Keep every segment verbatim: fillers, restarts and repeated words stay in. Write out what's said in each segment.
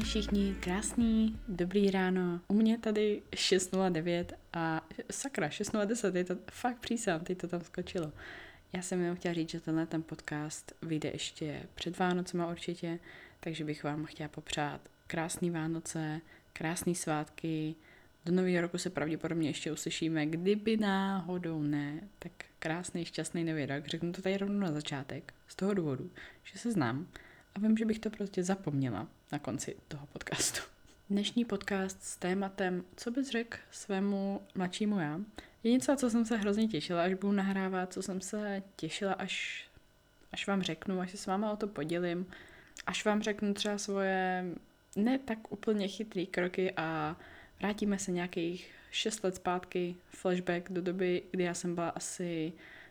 všichni, krásný, dobrý ráno. U mě tady šest nula devět a sakra, šest nula deset, je to fakt přísám, teď to tam skočilo. Já jsem jenom chtěla říct, že tenhle ten podcast vyjde ještě před Vánocema určitě, takže bych vám chtěla popřát krásný Vánoce, krásný svátky. Do nového roku se pravděpodobně ještě uslyšíme, kdyby náhodou ne, tak krásný, šťastný nový rok. Řeknu to tady rovnou na začátek, z toho důvodu, že se znám a vím, že bych to prostě zapomněla na konci toho podcastu. Dnešní podcast s tématem, co bys řekl svému mladšímu já, je něco, co jsem se hrozně těšila, až budu nahrávat, co jsem se těšila, až, až vám řeknu, až se s váma o to podělím, až vám řeknu třeba svoje ne tak úplně chytrý kroky a vrátíme se nějakých šest let zpátky, flashback do doby, kdy já jsem byla asi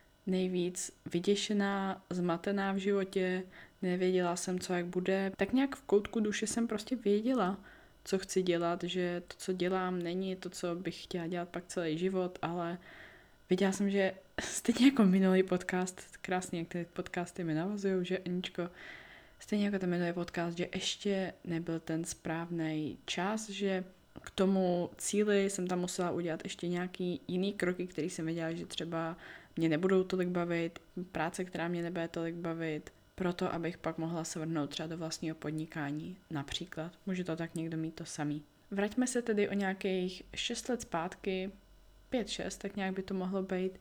nejvíc vyděšená, zmatená v životě, nevěděla jsem, co jak bude. Tak nějak v koutku duše jsem prostě věděla, co chci dělat, že to, co dělám, není to, co bych chtěla dělat pak celý život, ale viděla jsem, že stejně jako minulý podcast, krásně, jak ty podcasty mi navazují, že Aničko, stejně jako ten minulý podcast, že ještě nebyl ten správný čas, že k tomu cíli jsem tam musela udělat ještě nějaký jiný kroky, který jsem věděla, že třeba mě nebudou tolik bavit, práce, která mě nebude tolik bavit, proto abych pak mohla se vrhnout třeba do vlastního podnikání například. Může to tak někdo mít to samý. Vraťme se tedy o nějakých šest let zpátky, pět šest, tak nějak by to mohlo být,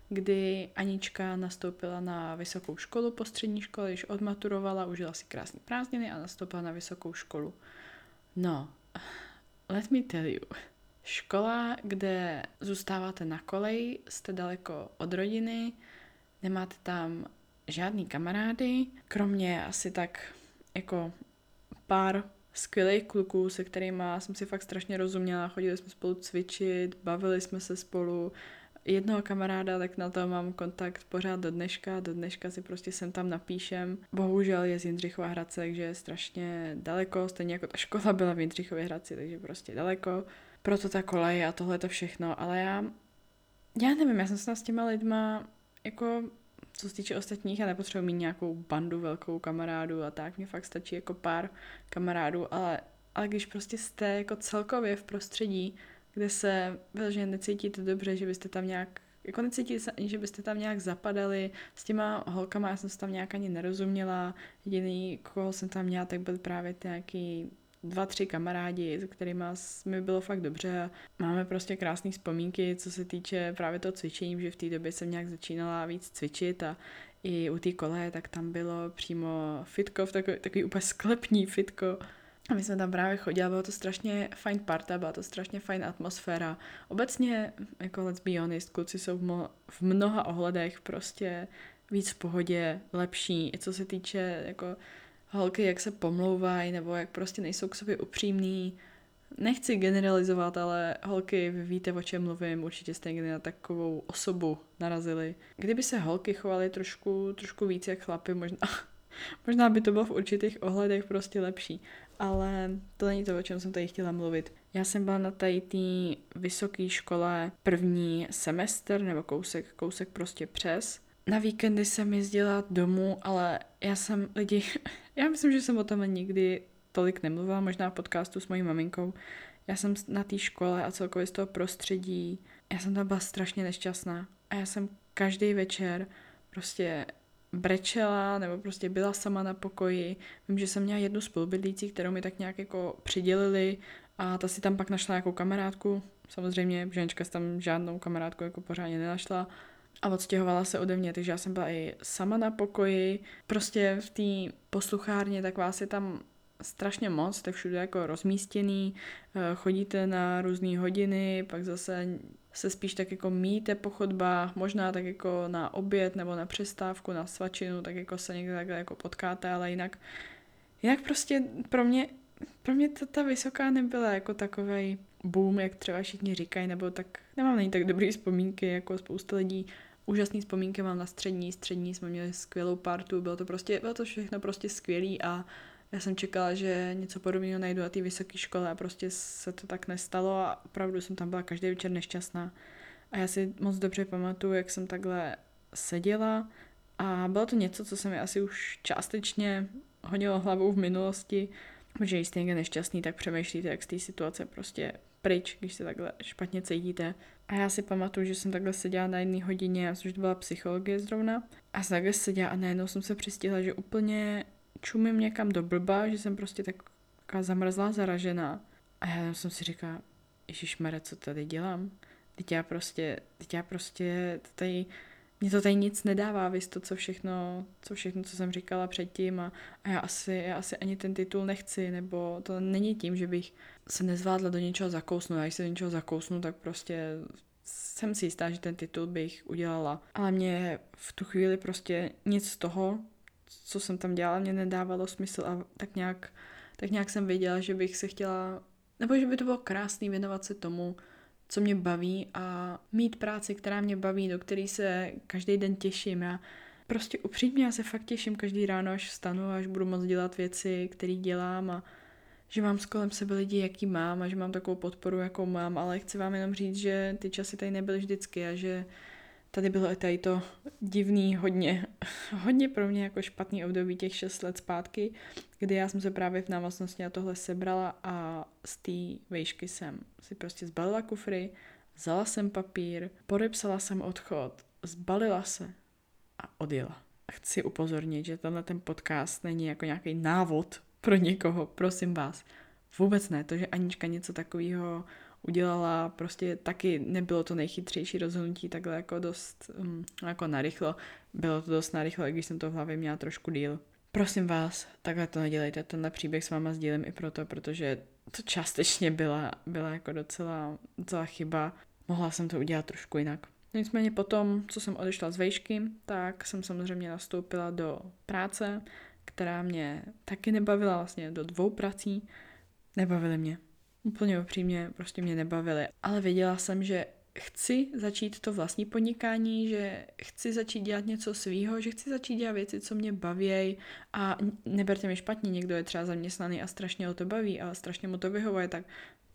kdy Anička nastoupila na vysokou školu po střední škole, když odmaturovala, užila si krásný prázdniny a nastoupila na vysokou školu. No, let me tell you. Škola, kde zůstáváte na koleji, jste daleko od rodiny, nemáte tam žádný kamarády, kromě asi tak jako pár skvělých kluků, se kterými jsem si fakt strašně rozuměla, chodili jsme spolu cvičit, bavili jsme se spolu. Jednoho kamaráda, tak na to mám kontakt pořád do dneška, do dneška si prostě sem tam napíšem. Bohužel je z Jindřichova Hradce, takže je strašně daleko, stejně jako ta škola byla v Jindřichově Hradci, takže prostě daleko. Proto ta kolej a tohle to všechno, ale já, já nevím, já jsem se s těma lidma, jako, co se týče ostatních, já nepotřebuji mít nějakou bandu velkou kamarádů a tak, mně fakt stačí jako pár kamarádů, ale, ale když prostě jste jako celkově v prostředí, kde se vyloženě necítíte dobře, že byste tam nějak, jako necítíte se ani, že byste tam nějak zapadali, s těma holkama já jsem se tam nějak ani nerozuměla, jediný, koho jsem tam měla, tak byly právě ty nějaký dva, tři kamarádi, se kterými mi bylo fakt dobře a máme prostě krásné vzpomínky, co se týče právě toho cvičení, že v té době jsem nějak začínala víc cvičit a i u té koleje, tak tam bylo přímo fitko, takový, takový úplně sklepní fitko. A my jsme tam právě chodili, bylo to strašně fajn parta, byla to strašně fajn atmosféra. Obecně, jako let's be honest, kluci jsou v, mo- v mnoha ohledech prostě víc v pohodě, lepší, i co se týče jako holky, jak se pomlouvají, nebo jak prostě nejsou k sobě upřímný. Nechci generalizovat, ale holky, vy víte, o čem mluvím, určitě jste někdy na takovou osobu narazili. Kdyby se holky chovaly trošku, trošku víc jak chlapy, možná, možná by to bylo v určitých ohledech prostě lepší. Ale to není to, o čem jsem tady chtěla mluvit. Já jsem byla na tady té vysoké škole první semestr, nebo kousek, kousek prostě přes. Na víkendy jsem jezdila domů, ale já jsem lidi, já myslím, že jsem o tom nikdy tolik nemluvila, možná v podcastu s mojí maminkou. Já jsem na té škole a celkově z toho prostředí, já jsem tam byla strašně nešťastná. A já jsem každý večer prostě brečela, nebo prostě byla sama na pokoji. Vím, že jsem měla jednu spolubydlící, kterou mi tak nějak jako přidělili a ta si tam pak našla nějakou kamarádku. Samozřejmě, ženička si tam žádnou kamarádku jako pořádně nenašla a odstěhovala se ode mě, takže já jsem byla i sama na pokoji. Prostě v té posluchárně, tak vás je tam strašně moc, jste všude jako rozmístěný, chodíte na různé hodiny, pak zase se spíš tak jako míjíte po chodbách, možná tak jako na oběd nebo na přestávku, na svačinu, tak jako se někde takhle jako potkáte, ale jinak, jinak prostě pro mě, pro mě ta, ta vysoká nebyla jako takovej boom, jak třeba všichni říkají, nebo tak nemám není tak dobrý vzpomínky, jako spousta lidí. Úžasný vzpomínky mám na střední, střední jsme měli skvělou partu, bylo to prostě, bylo to všechno prostě skvělý a já jsem čekala, že něco podobného najdu na té vysoké škole a prostě se to tak nestalo a opravdu jsem tam byla každý večer nešťastná. A já si moc dobře pamatuju, jak jsem takhle seděla a bylo to něco, co se mi asi už částečně honilo hlavou v minulosti, protože jste někde nešťastný, tak přemýšlíte, jak z té situace prostě pryč, když se takhle špatně cítíte. A já si pamatuju, že jsem takhle seděla na jedné hodině, což byla psychologie zrovna, a jsem takhle seděla a najednou jsem se přistihla, že úplně čumím někam do blba, že jsem prostě taková zamrzlá, zaražená. A já jsem si říkala, ježišmarja, co tady dělám? Teď já prostě, teď já prostě tady, mě to tady nic nedává, víš to, co všechno, co všechno, co jsem říkala předtím a, a já, asi, já asi ani ten titul nechci, nebo to není tím, že bych se nezvládla do něčeho zakousnout. Já když se do něčeho zakousnu, tak prostě jsem si jistá, že ten titul bych udělala. Ale mě v tu chvíli prostě nic z toho, co jsem tam dělala, mě nedávalo smysl a tak nějak, tak nějak jsem věděla, že bych se chtěla, nebo že by to bylo krásný věnovat se tomu, co mě baví a mít práci, která mě baví, do které se každý den těším. Já prostě upřímně, já se fakt těším každý ráno, až vstanu, až budu moct dělat věci, které dělám a že mám s kolem sebe lidi, jaký mám a že mám takovou podporu, jakou mám, ale chci vám jenom říct, že ty časy tady nebyly vždycky a že tady bylo i tady to divný hodně, hodně pro mě jako špatný období těch šest let zpátky, kdy já jsem se právě v návaznosti na tohle sebrala a z té vejšky jsem si prostě zbalila kufry, vzala jsem papír, podepsala jsem odchod, zbalila se a odjela. Chci upozornit, že tenhle ten podcast není jako nějaký návod pro někoho, prosím vás. Vůbec ne, to, že Anička něco takového udělala, prostě taky nebylo to nejchytřejší rozhodnutí, takhle jako dost um, jako narychlo. Bylo to dost narychlo, i když jsem to v hlavě měla trošku díl. Prosím vás, takhle to nedělejte, tenhle příběh s váma sdílím i proto, protože to částečně byla, byla jako docela, docela chyba. Mohla jsem to udělat trošku jinak. Nicméně potom, co jsem odešla z vejšky, tak jsem samozřejmě nastoupila do práce, která mě taky nebavila, vlastně do dvou prací. Nebavily mě. Úplně upřímně, prostě mě nebavily. Ale věděla jsem, že chci začít to vlastní podnikání, že chci začít dělat něco svýho, že chci začít dělat věci, co mě baví a neberte mi špatně, někdo je třeba zaměstnaný a strašně ho to baví a strašně mu to vyhovuje, tak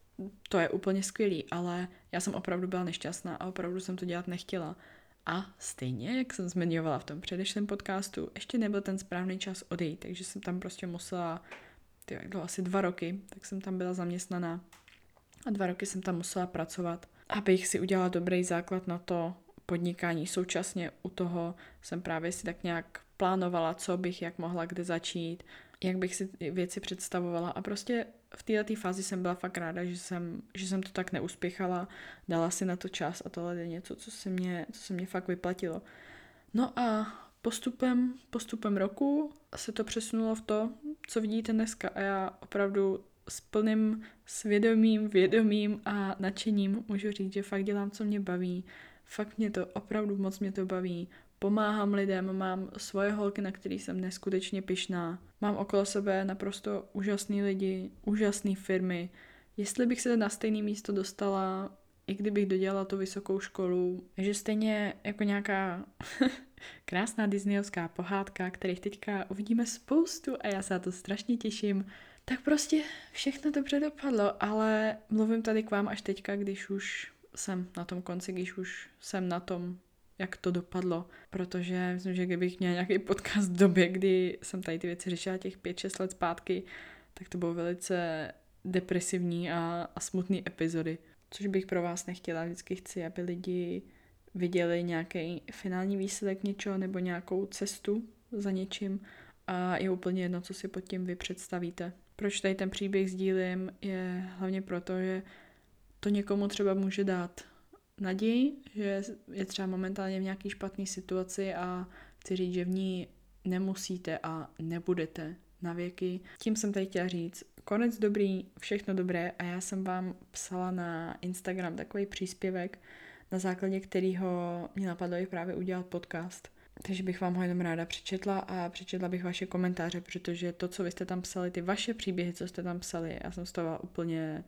to je úplně skvělý, ale já jsem opravdu byla nešťastná a opravdu jsem to dělat nechtěla. A stejně, jak jsem zmiňovala v tom předešlém podcastu, ještě nebyl ten správný čas odejít, takže jsem tam prostě musela, tyjo, jak dlouho, asi dva roky, tak jsem tam byla zaměstnaná a dva roky jsem tam musela pracovat, abych si udělala dobrý základ na to podnikání. Současně u toho jsem právě si tak nějak plánovala, co bych, jak mohla kde začít, jak bych si věci představovala a prostě v této fázi jsem byla fakt ráda, že jsem, že jsem to tak neuspěchala, dala si na to čas a tohle je něco, co se mě, co se mě fakt vyplatilo. No a postupem, postupem roku se to přesunulo v to, co vidíte dneska a já opravdu s plným svědomím, vědomím a nadšením můžu říct, že fakt dělám, co mě baví. Fakt mě to, opravdu moc mě to baví. Pomáhám lidem, mám svoje holky, na který jsem neskutečně pyšná. Mám okolo sebe naprosto úžasný lidi, úžasné firmy. Jestli bych se na stejné místo dostala, i kdybych dodělala tu vysokou školu, že stejně jako nějaká krásná disneyovská pohádka, kterých teďka uvidíme spoustu a já se na to strašně těším, tak prostě všechno dobře dopadlo, ale mluvím tady k vám až teďka, když už jsem na tom konci, když už jsem na tom, jak to dopadlo, protože myslím, že kdybych měla nějaký podcast v době, kdy jsem tady ty věci řešila těch pět šest let zpátky, tak to bylo velice depresivní a, a smutný epizody, což bych pro vás nechtěla. Vždycky chci, aby lidi viděli nějaký finální výsledek něčeho nebo nějakou cestu za něčím a je úplně jedno, co si pod tím vy představíte. Proč tady ten příběh sdílím, je hlavně proto, že to někomu třeba může dát naději, že je třeba momentálně v nějaké špatné situaci a chci říct, že v ní nemusíte a nebudete na věky. Tím jsem tady chtěla říct, konec dobrý, všechno dobré a já jsem vám psala na Instagram takový příspěvek, na základě kterého mě napadlo i právě udělat podcast. Takže bych vám ho jenom ráda přečetla a přečetla bych vaše komentáře, protože to, co vy jste tam psali, ty vaše příběhy, co jste tam psali, já jsem z toho úplně,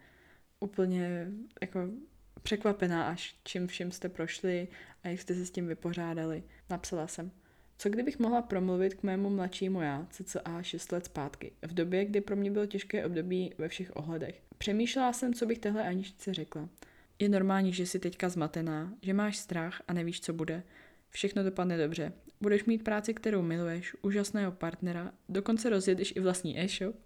úplně jako překvapená až čím vším jste prošli a jak jste se s tím vypořádali. Napsala jsem. Co kdybych mohla promluvit k mému mladšímu já, cca šest let zpátky, v době, kdy pro mě bylo těžké období ve všech ohledech. Přemýšlela jsem, co bych téhle Aničce řekla. Je normální, že jsi teďka zmatená, že máš strach a nevíš, co bude. Všechno dopadne dobře. Budeš mít práci, kterou miluješ, úžasného partnera, dokonce rozjedeš i vlastní e-shop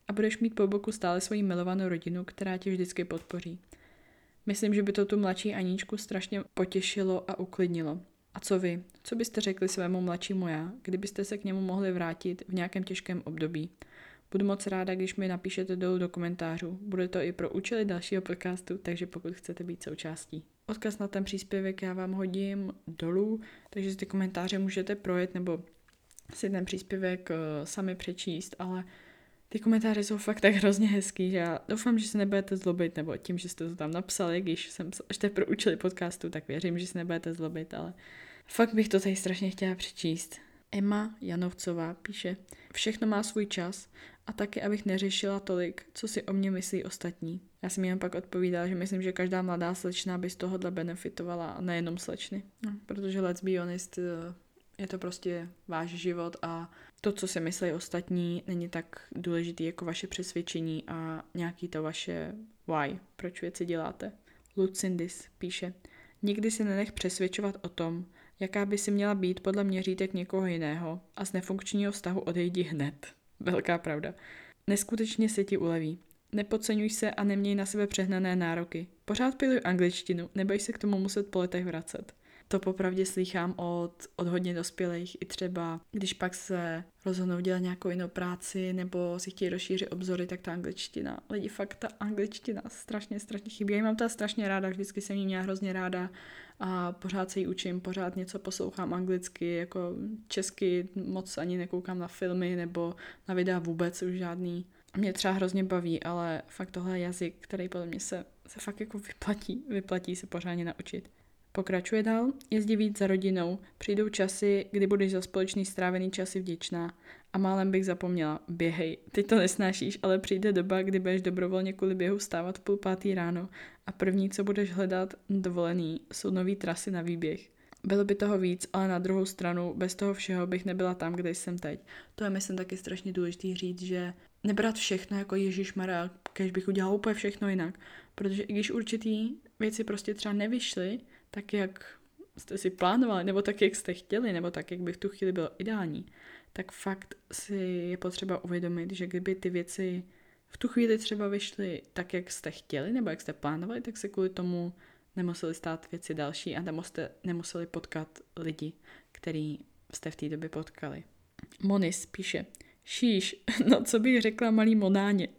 a budeš mít po boku stále svoji milovanou rodinu, která tě vždycky podpoří. Myslím, že by to tu mladší Aníčku strašně potěšilo a uklidnilo. A co vy? Co byste řekli svému mladšímu já, kdybyste se k němu mohli vrátit v nějakém těžkém období? Budu moc ráda, když mi napíšete dolů do komentářů. Bude to i pro účely dalšího podcastu, takže pokud chcete být součástí. Odkaz na ten příspěvek já vám hodím dolů, takže si ty komentáře můžete projet nebo si ten příspěvek uh, sami přečíst, ale ty komentáře jsou fakt tak hrozně hezký, že já doufám, že se nebudete zlobit, nebo tím, že jste to tam napsali, když jsem ještě pro účely podcastu, tak věřím, že se nebudete zlobit, ale fakt bych to tady strašně chtěla přečíst. Emma Janovcová píše, všechno má svůj čas a taky, abych neřešila tolik, co si o mě myslí ostatní. Já jsem jen pak odpovídala, že myslím, že každá mladá slečna by z tohohle benefitovala a nejenom slečny. No, protože let's be honest, je to prostě váš život a to, co si myslí ostatní, není tak důležitý jako vaše přesvědčení a nějaký to vaše why, proč věci děláte. Lucindis píše, nikdy si nenech přesvědčovat o tom, jaká by si měla být podle měřítek někoho jiného a z nefunkčního vztahu odejdi hned. Velká pravda. Neskutečně se ti uleví. Nepodceňuj se a neměj na sebe přehnané nároky. Pořád piluj angličtinu, neboj se k tomu muset po letech vracet. To popravdě slýchám od, od hodně dospělých, i třeba když pak se rozhodnou dělat nějakou jinou práci nebo si chtějí rozšířit obzory, tak ta angličtina. Lidi, fakt ta angličtina strašně, strašně chybí. Já mám to strašně ráda, vždycky jsem jí měla hrozně ráda a pořád se jí učím, pořád něco poslouchám anglicky, jako česky moc ani nekoukám na filmy nebo na videa vůbec už žádný. Mě třeba hrozně baví, ale fakt tohle je jazyk, který podle mě se, se fakt jako vyplatí, vyplatí se pořádně naučit. Pokračuje dál, jezdí víc za rodinou, přijdou časy, kdy budeš za společný strávený časy vděčná. A málem bych zapomněla, běhej, ty to nesnášíš, ale přijde doba, kdy budeš dobrovolně kvůli běhu stávat v půl pátý ráno a první, co budeš hledat dovolený, jsou nový trasy na výběh. Bylo by toho víc, ale na druhou stranu, bez toho všeho bych nebyla tam, kde jsem teď. To je, myslím, taky strašně důležitý říct, že nebrat všechno jako ježišmarja, když bych udělala úplně všechno jinak. Protože i když určitý věci prostě třeba nevyšly, tak jak jste si plánovali, nebo tak, jak jste chtěli, nebo tak, jak by v tu chvíli bylo ideální, tak fakt si je potřeba uvědomit, že kdyby ty věci v tu chvíli třeba vyšly tak, jak jste chtěli, nebo jak jste plánovali, tak se kvůli tomu nemuseli stát věci další a nebo jste nemuseli potkat lidi, který jste v té době potkali. Monis píše, šíš, no co bych řekla malý Monáně.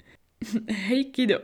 Hej kido,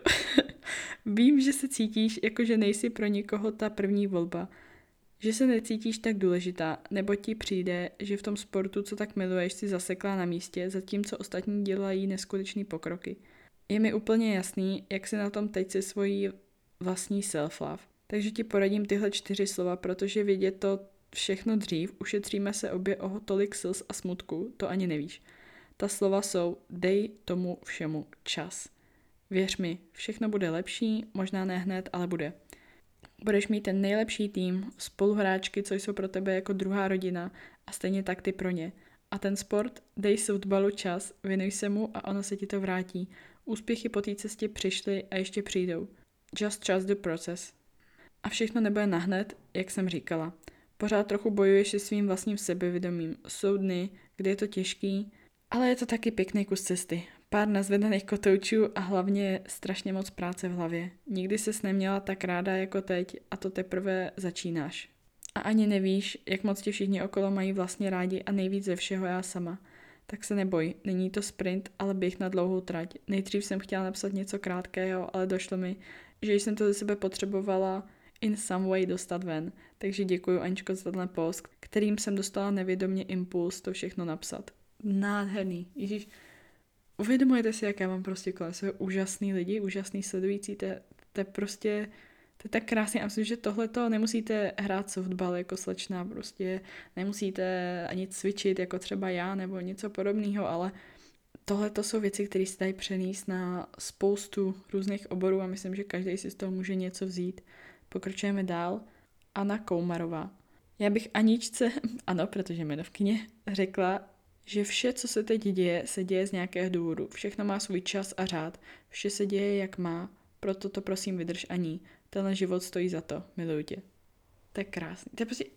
vím, že se cítíš, jako že nejsi pro někoho ta první volba, že se necítíš tak důležitá, nebo ti přijde, že v tom sportu, co tak miluješ, si zasekla na místě, zatímco ostatní dělají neskutečný pokroky. Je mi úplně jasný, jak se na tom teď se svojí vlastní self-love. Takže ti poradím tyhle čtyři slova, protože vidět to všechno dřív, ušetříme se obě o tolik slz a smutku, to ani nevíš. Ta slova jsou, dej tomu všemu čas. Věř mi, všechno bude lepší, možná ne hned, ale bude. Budeš mít ten nejlepší tým, spoluhráčky, co jsou pro tebe jako druhá rodina a stejně tak ty pro ně. A ten sport, dej softballu čas, věnuj se mu a ono se ti to vrátí. Úspěchy po té cestě přišly a ještě přijdou. Just trust the process. A všechno nebude nahned, jak jsem říkala. Pořád trochu bojuješ se svým vlastním sebevědomím. Jsou dny, kdy je to těžký, ale je to taky pěkný kus cesty. Pár nazvedaných kotoučů a hlavně strašně moc práce v hlavě. Nikdy ses neměla tak ráda jako teď a to teprve začínáš. A ani nevíš, jak moc tě všichni okolo mají vlastně rádi a nejvíc ze všeho já sama. Tak se neboj, není to sprint, ale běh na dlouhou trať. Nejdřív jsem chtěla napsat něco krátkého, ale došlo mi, že jsem to ze sebe potřebovala in some way dostat ven. Takže děkuji, Aničko, za tenhle post, kterým jsem dostala nevědomě impuls to všechno napsat. Nádherný. Ježíš, uvědomujete si, jak já mám prostě kolem sebe úžasný lidi, úžasný sledující, to, to je prostě, to je tak krásně. A myslím, že tohleto nemusíte hrát softball jako slečna, prostě nemusíte ani cvičit jako třeba já nebo něco podobného, ale tohleto jsou věci, které se dají přenést na spoustu různých oborů a myslím, že každý si z toho může něco vzít. Pokračujeme dál. Anna Koumarová. Já bych Aničce, ano, protože jmenovkyně, řekla, že vše, co se teď děje, se děje z nějakého důvodu. Všechno má svůj čas a řád. Vše se děje, jak má. Proto to prosím vydrž, Aní. Tenhle život stojí za to. Miluji tě. To je krásný. To je prostě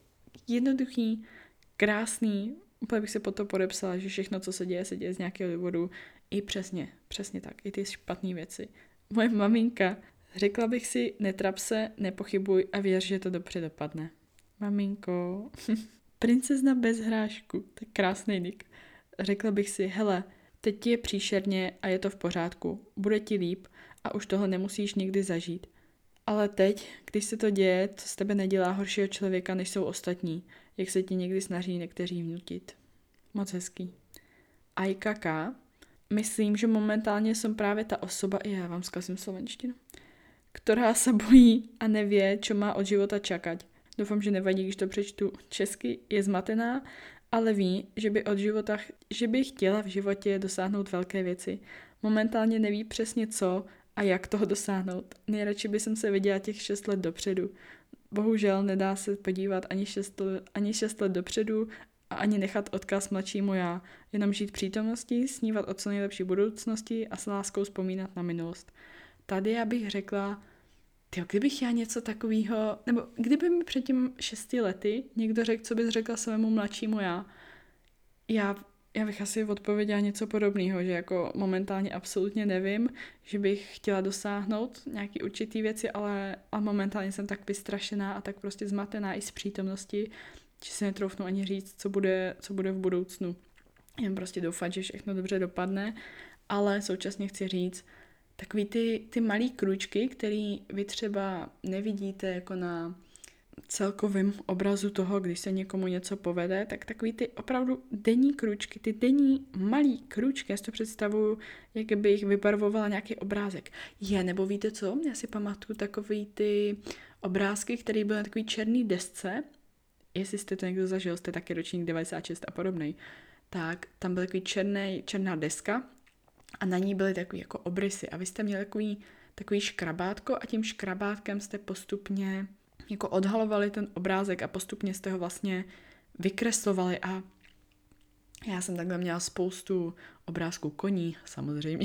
jednoduchý, krásný. Úplně bych se po to podepsala, že všechno, co se děje, se děje z nějakého důvodu. I přesně, přesně tak, i ty špatné věci. Moje maminka, řekla bych si, netrap se, nepochybuj a věř, že to dobře dopadne. Maminko, princezna bez hrášku, to je krásný nick. Řekla bych si, hele, teď ti je příšerně a je to v pořádku, bude ti líp a už tohle nemusíš nikdy zažít. Ale teď, když se to děje, to z tebe nedělá horšího člověka, než jsou ostatní, jak se ti někdy snaží někteří vnutit. Moc hezký. Ajka K. Myslím, že momentálně jsem právě ta osoba, i já vám zkazím slovenštinu, která se bojí a nevě, čo má od života čakať. Doufám, že nevadí, když to přečtu česky, je zmatená, ale ví, že by, od života, že by chtěla v životě dosáhnout velké věci. Momentálně neví přesně co a jak toho dosáhnout. Nejradši by jsem se viděla těch šest let dopředu. Bohužel nedá se podívat ani šest let, ani šest let dopředu a ani nechat odkaz mladšímu já. Jenom žít přítomnosti, snívat o co nejlepší budoucnosti a s láskou vzpomínat na minulost. Tady já bych řekla, tyjo, kdybych já něco takového, nebo kdyby mi před tím šesti lety někdo řekl, co bys řekla svému mladšímu já, já, já bych asi odpověděla něco podobného, že jako momentálně absolutně nevím, že bych chtěla dosáhnout nějaký určitý věci, ale a momentálně jsem tak vystrašená a tak prostě zmatená i z přítomnosti, že si netroufnu ani říct, co bude, co bude v budoucnu. Jen prostě doufat, že všechno dobře dopadne, ale současně chci říct, takový ty, ty malý kručky, který vy třeba nevidíte jako na celkovém obrazu toho, když se někomu něco povede, tak takový ty opravdu denní kručky, ty denní malý kručky, já si to představuju, jak bych vybarvovala nějaký obrázek. Je, nebo víte co? Já si pamatuju takový ty obrázky, které byly na takový černý desce, jestli jste to někdo zažil, jste taky ročník devadesát šest a podobnej, tak tam byl takový černý, černá deska a na ní byly takový jako obrysy a vy jste měli takový, takový škrabátko a tím škrabátkem jste postupně jako odhalovali ten obrázek a postupně jste ho vlastně vykreslovali a já jsem takhle měla spoustu obrázků koní, samozřejmě.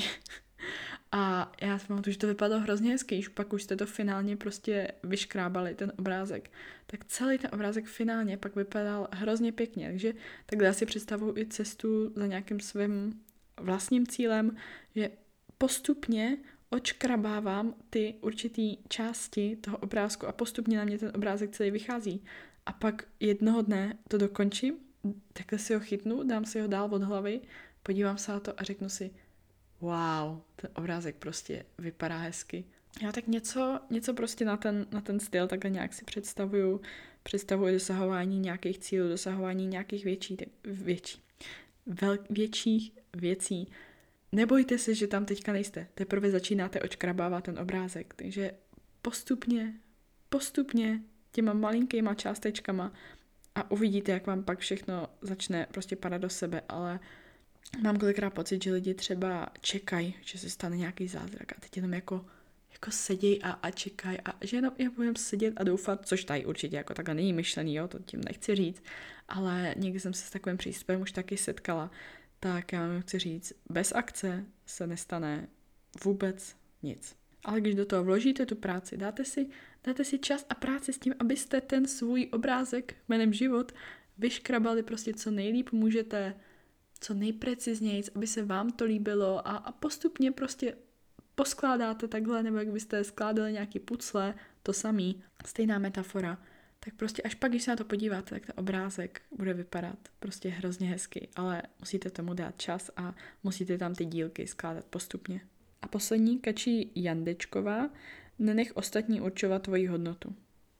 A já si pamatuju, že to vypadalo hrozně hezky, když pak už jste to finálně prostě vyškrábali, ten obrázek. Tak celý ten obrázek finálně pak vypadal hrozně pěkně. Takže takhle já si představuju i cestu za nějakým svým vlastním cílem, že postupně odškrabávám ty určitý části toho obrázku a postupně na mě ten obrázek celý vychází. A pak jednoho dne to dokončím, takhle si ho chytnu, dám si ho dál od hlavy, podívám se na to a řeknu si, wow, ten obrázek prostě vypadá hezky. Já tak něco, něco prostě na ten, na ten styl takhle nějak si představuju, představuji dosahování nějakých cílů, dosahování nějakých větší, větší, vel, větších věcí. Nebojte se, že tam teďka nejste. Teprve začínáte odškrabávat ten obrázek. Takže postupně, postupně těma malinkýma částečkama a uvidíte, jak vám pak všechno začne prostě padat do sebe, ale mám kolikrát pocit, že lidi třeba čekají, že se stane nějaký zázrak a teď jenom jako, jako sedějí a, a čekají a že jenom já budem sedět a doufat, což tady určitě jako takhle není myšlený, jo, to tím nechci říct, ale někdy jsem se s takovým přístupem už taky setkala, tak já vám chci říct, bez akce se nestane vůbec nic. Ale když do toho vložíte tu práci, dáte si, dáte si čas a práci s tím, abyste ten svůj obrázek jménem život vyškrabali prostě co nejlíp můžete, co nejprecizněji, aby se vám to líbilo a, a postupně prostě poskládáte takhle, nebo jak byste skládali nějaký pucle, to samý, stejná metafora, tak prostě až pak, když se na to podíváte, tak ten obrázek bude vypadat prostě hrozně hezky, ale musíte tomu dát čas a musíte tam ty dílky skládat postupně. A poslední, Kačí Jandečková, nenech ostatní určovat tvoji hodnotu.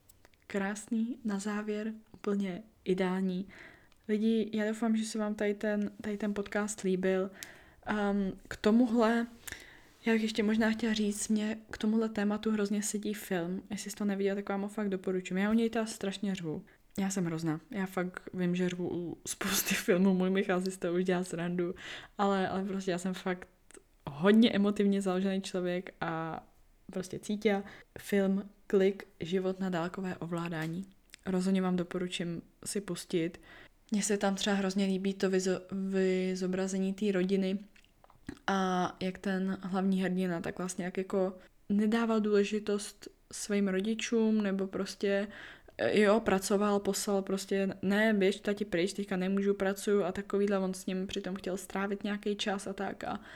Krásný, na závěr, úplně ideální. Lidi, já doufám, že se vám tady ten, tady ten podcast líbil. Um, k tomuhle, já bych ještě možná chtěla říct, mě k tomuhle tématu hrozně sedí film. Jestli jste to neviděl, tak vám ho fakt doporučuji. Já u něj teda strašně řvu. Já jsem hrozná. Já fakt vím, že řvu u spousty filmů. Můj Michal si z toho už dělá srandu. Ale, ale prostě já jsem fakt hodně emotivně založený člověk a prostě cítila film Klik, život na dálkové ovládání. Rozhodně vám doporučím si pustit. Mně se tam třeba hrozně líbí to vyzo- vyzobrazení té rodiny a jak ten hlavní hrdina tak vlastně jak jako nedával důležitost svým rodičům nebo prostě jo, pracoval, poslal prostě ne, běž tati pryč, teďka nemůžu, pracuju a takovýhle, on s ním přitom chtěl strávit nějaký čas a tak a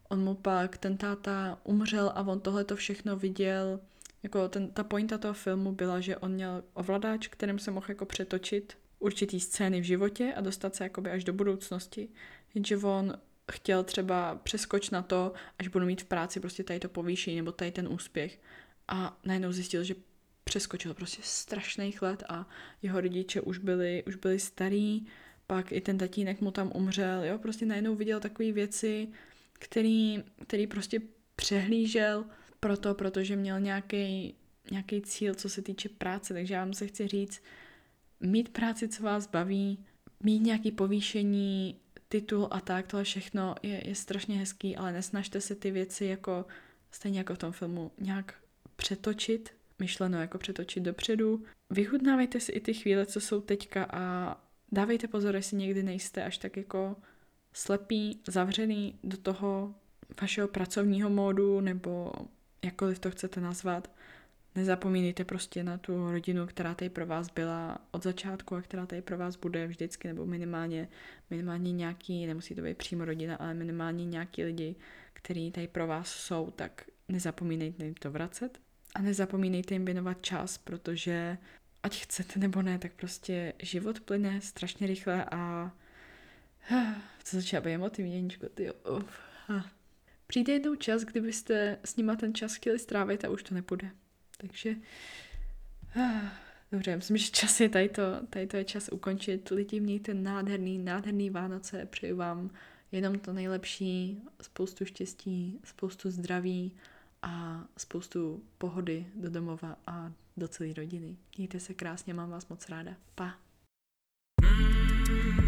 on mu pak, ten táta umřel a on tohle to všechno viděl. Jako ten, ta pointa toho filmu byla, že on měl ovladač, kterým se mohl jako přetočit určitý scény v životě a dostat se jakoby až do budoucnosti. Jenže on chtěl třeba přeskočit na to, až budu mít v práci prostě tady to povýšení nebo tady ten úspěch. A najednou zjistil, že přeskočil prostě strašných let a jeho rodiče už byli, už byli starý, pak i ten tatínek mu tam umřel, jo, prostě najednou viděl takové věci, který, který prostě přehlížel proto, protože měl nějaký nějaký cíl, co se týče práce, takže já vám se chci říct, mít práci, co vás baví, mít nějaké povýšení, titul a tak, tohle všechno je, je strašně hezký, ale nesnažte se ty věci jako, stejně jako v tom filmu, nějak přetočit, myšleno jako přetočit dopředu. Vychutnávejte si i ty chvíle, co jsou teďka a dávejte pozor, jestli někdy nejste až tak jako slepý, zavřený do toho vašeho pracovního módu nebo jakkoliv to chcete nazvat. Nezapomínejte prostě na tu rodinu, která tady pro vás byla od začátku a která tady pro vás bude vždycky, nebo minimálně, minimálně nějaký, nemusí to být přímo rodina, ale minimálně nějaký lidi, kteří tady pro vás jsou, tak nezapomínejte jim to vracet a nezapomínejte jim věnovat čas, protože ať chcete nebo ne, tak prostě život plyne strašně rychle a to začíná být emotivní, Jeničko, tyjo. Přijde jednou čas, kdybyste s nima ten čas chtěli strávit a už to nepůjde. Takže dobře, myslím, že čas je tady to, tady to je čas ukončit. Lidi, mějte nádherný, nádherný Vánoce, přeju vám jenom to nejlepší, spoustu štěstí, spoustu zdraví a spoustu pohody do domova a do celé rodiny. Mějte se krásně, mám vás moc ráda. Pa!